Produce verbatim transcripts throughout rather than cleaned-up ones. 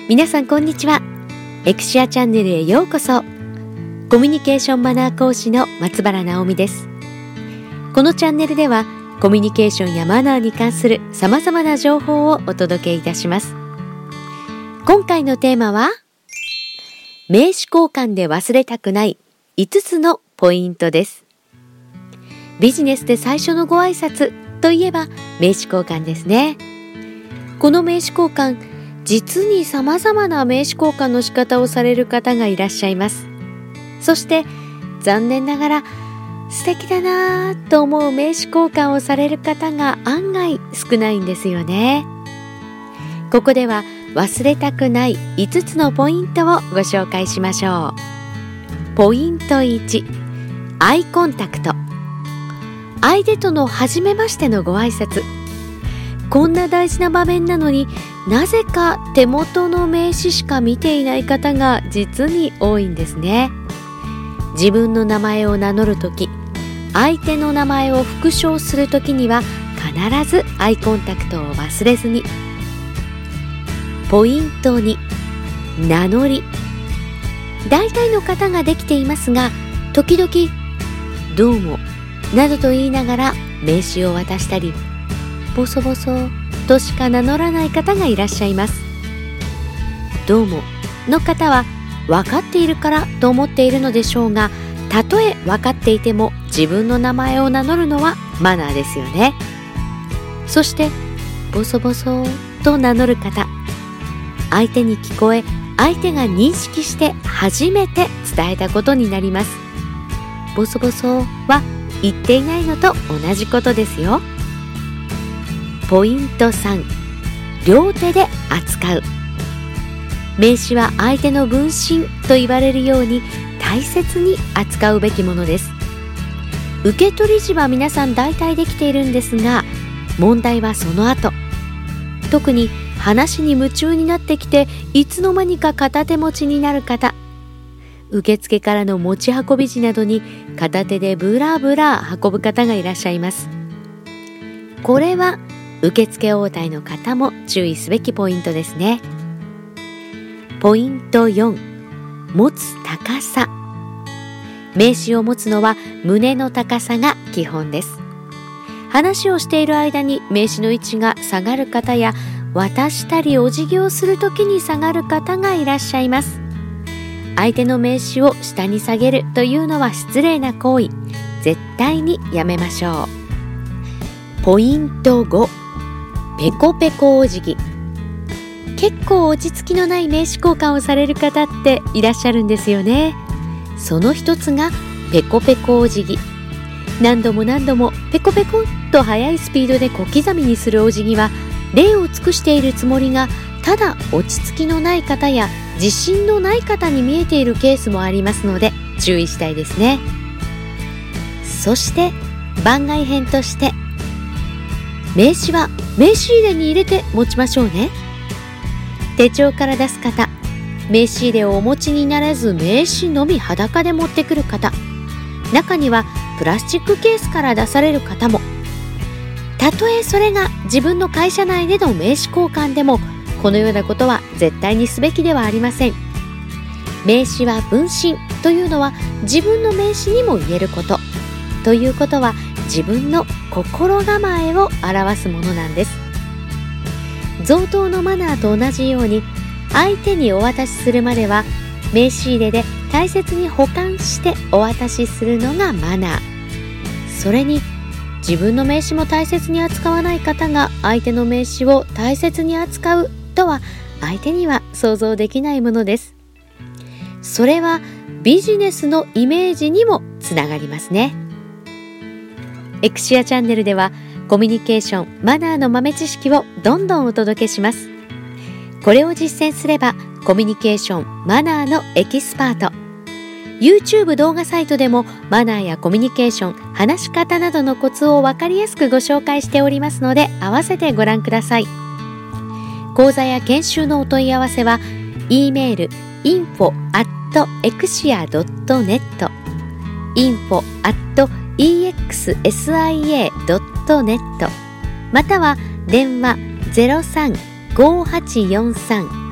皆さんこんにちは。エクシアチャンネルへようこそ。コミュニケーションマナー講師の松原直美です。このチャンネルではコミュニケーションやマナーに関する様々な情報をお届けいたします。今回のテーマは名刺交換で忘れたくないいつつのポイントです。ビジネスで最初のご挨拶といえば名刺交換ですね。この名刺交換、実に様々な名刺交換の仕方をされる方がいらっしゃいます。そして残念ながら素敵だなぁと思う名刺交換をされる方が案外少ないんですよね。ここでは忘れたくないいつつのポイントをご紹介しましょう。ポイントいち、アイコンタクト。相手との初めましてのご挨拶。こんな大事な場面なのになぜか手元の名刺しか見ていない方が実に多いんですね。自分の名前を名乗るとき、相手の名前を復唱するときには必ずアイコンタクトを忘れずに。ポイントに、名乗り。大体の方ができていますが、時々どうもなどと言いながら名刺を渡したり、ボソボソとしか名乗らない方がいらっしゃいます。どうもの方は分かっているからと思っているのでしょうが、たとえ分かっていても自分の名前を名乗るのはマナーですよね。そしてボソボソと名乗る方、相手に聞こえ、相手が認識して初めて伝えたことになります。ボソボソは言っていないのと同じことですよ。ポイントさん、両手で扱う。名刺は相手の分身と言われるように大切に扱うべきものです。受け取り時は皆さん大体できているんですが、問題はその後。特に話に夢中になってきていつの間にか片手持ちになる方、受付からの持ち運び時などに片手でブラブラ運ぶ方がいらっしゃいます。これは受付応対の方も注意すべきポイントですね。ポイントよん、持つ高さ。名刺を持つのは胸の高さが基本です。話をしている間に名刺の位置が下がる方や、渡したりお辞儀をするときに下がる方がいらっしゃいます。相手の名刺を下に下げるというのは失礼な行為。絶対にやめましょう。ポイントご、ペコペコお辞儀。結構落ち着きのない名刺交換をされる方っていらっしゃるんですよね。その一つがペコペコお辞儀。何度も何度もペコペコと速いスピードで小刻みにするお辞儀は、礼を尽くしているつもりがただ落ち着きのない方や自信のない方に見えているケースもありますので注意したいですね。そして番外編として、名刺は名刺入れに入れて持ちましょうね。手帳から出す方、名刺入れをお持ちにならず名刺のみ裸で持ってくる方、中にはプラスチックケースから出される方も。たとえそれが自分の会社内での名刺交換でも、このようなことは絶対にすべきではありません。名刺は分身というのは自分の名刺にも言えること。ということは自分の心構えを表すものなんです。贈答のマナーと同じように、相手にお渡しするまでは名刺入れで大切に保管してお渡しするのがマナー。それに自分の名刺も大切に扱わない方が相手の名刺を大切に扱うとは相手には想像できないものです。それはビジネスのイメージにもつながりますね。エクシアチャンネルではコミュニケーション、マナーの豆知識をどんどんお届けします。これを実践すればコミュニケーション、マナーのエキスパート。YouTube 動画サイトでもマナーやコミュニケーション、話し方などのコツを分かりやすくご紹介しておりますので、合わせてご覧ください。講座や研修のお問い合わせは E メール インフォ アット エクシア ドット ネット インフォ アット イーエックスエスアイエー ドット ネット または電話 ゼロさん ごーはちよんさん は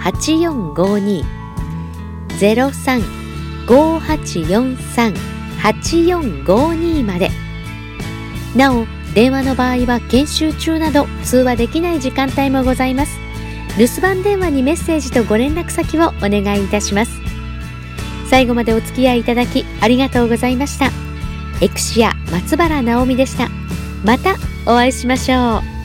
はちよんごに ゼロさん ごはちよんさん はちよんごにまで。なお電話の場合は研修中など通話できない時間帯もございます。留守番電話にメッセージとご連絡先をお願いいたします。最後までお付き合いいただきありがとうございました。エクシア松原直美でした。またお会いしましょう。